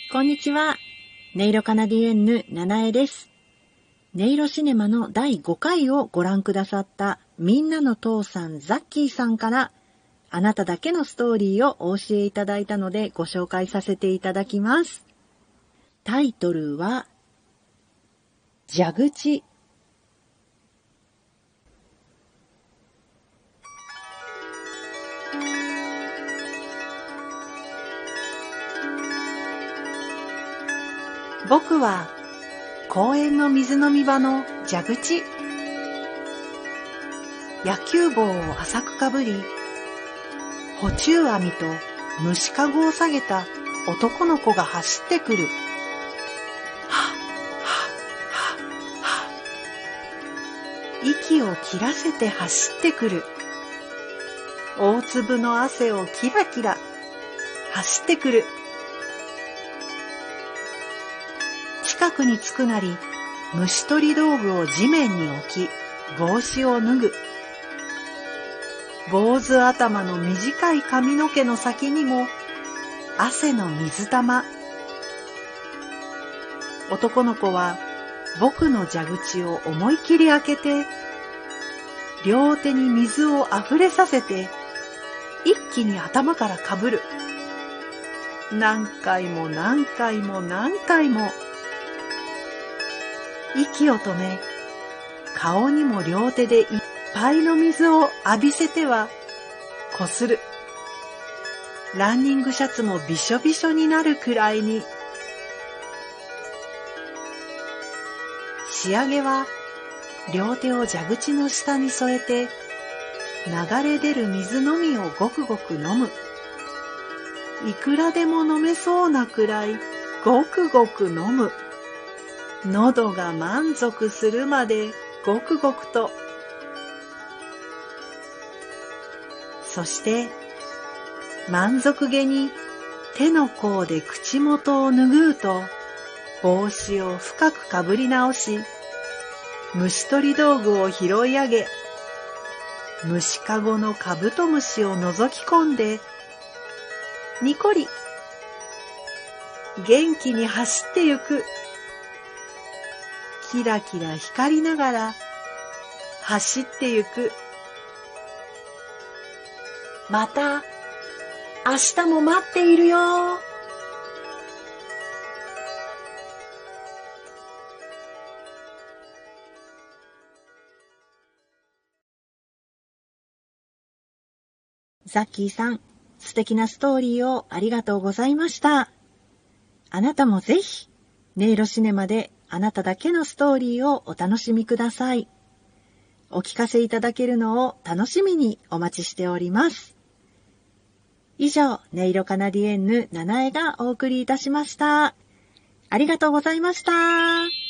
こんにちは。音色カナディエンヌ七重です。音色シネマの第5回をご覧くださったみんなの父さんザッキーさんからあなただけのストーリーをお教えいただいたのでご紹介させていただきます。タイトルは蛇口。僕は公園の水飲み場の蛇口。野球帽を浅くかぶり、捕虫網と虫かごを下げた男の子が走ってくる。はっはっはっは。息を切らせて走ってくる。大粒の汗をキラキラ走ってくる。近くに着くなり、虫取り道具を地面に置き、帽子を脱ぐ。坊主頭の短い髪の毛の先にも、汗の水玉。男の子は、僕の蛇口を思い切り開けて、両手に水をあふれさせて、一気に頭からかぶる。何回も何回も何回も。息を止め、顔にも両手でいっぱいの水を浴びせては、こする。ランニングシャツもびしょびしょになるくらいに。仕上げは、両手を蛇口の下に添えて、流れ出る水のみをごくごく飲む。いくらでも飲めそうなくらい、ごくごく飲む。喉が満足するまでごくごくと。そして満足げに手の甲で口元を拭うと帽子を深くかぶり直し、虫取り道具を拾い上げ、虫かごのカブトムシを覗き込んでにこり元気に走ってゆく。キラキラ光りながら走ってゆく。また明日も待っているよ。ザッキーさん、素敵なストーリーをありがとうございました。あなたもぜひ音色シネマであなただけのストーリーをお楽しみください。お聞かせいただけるのを楽しみにお待ちしております。以上、音色カナディエンヌ七重がお送りいたしました。ありがとうございました。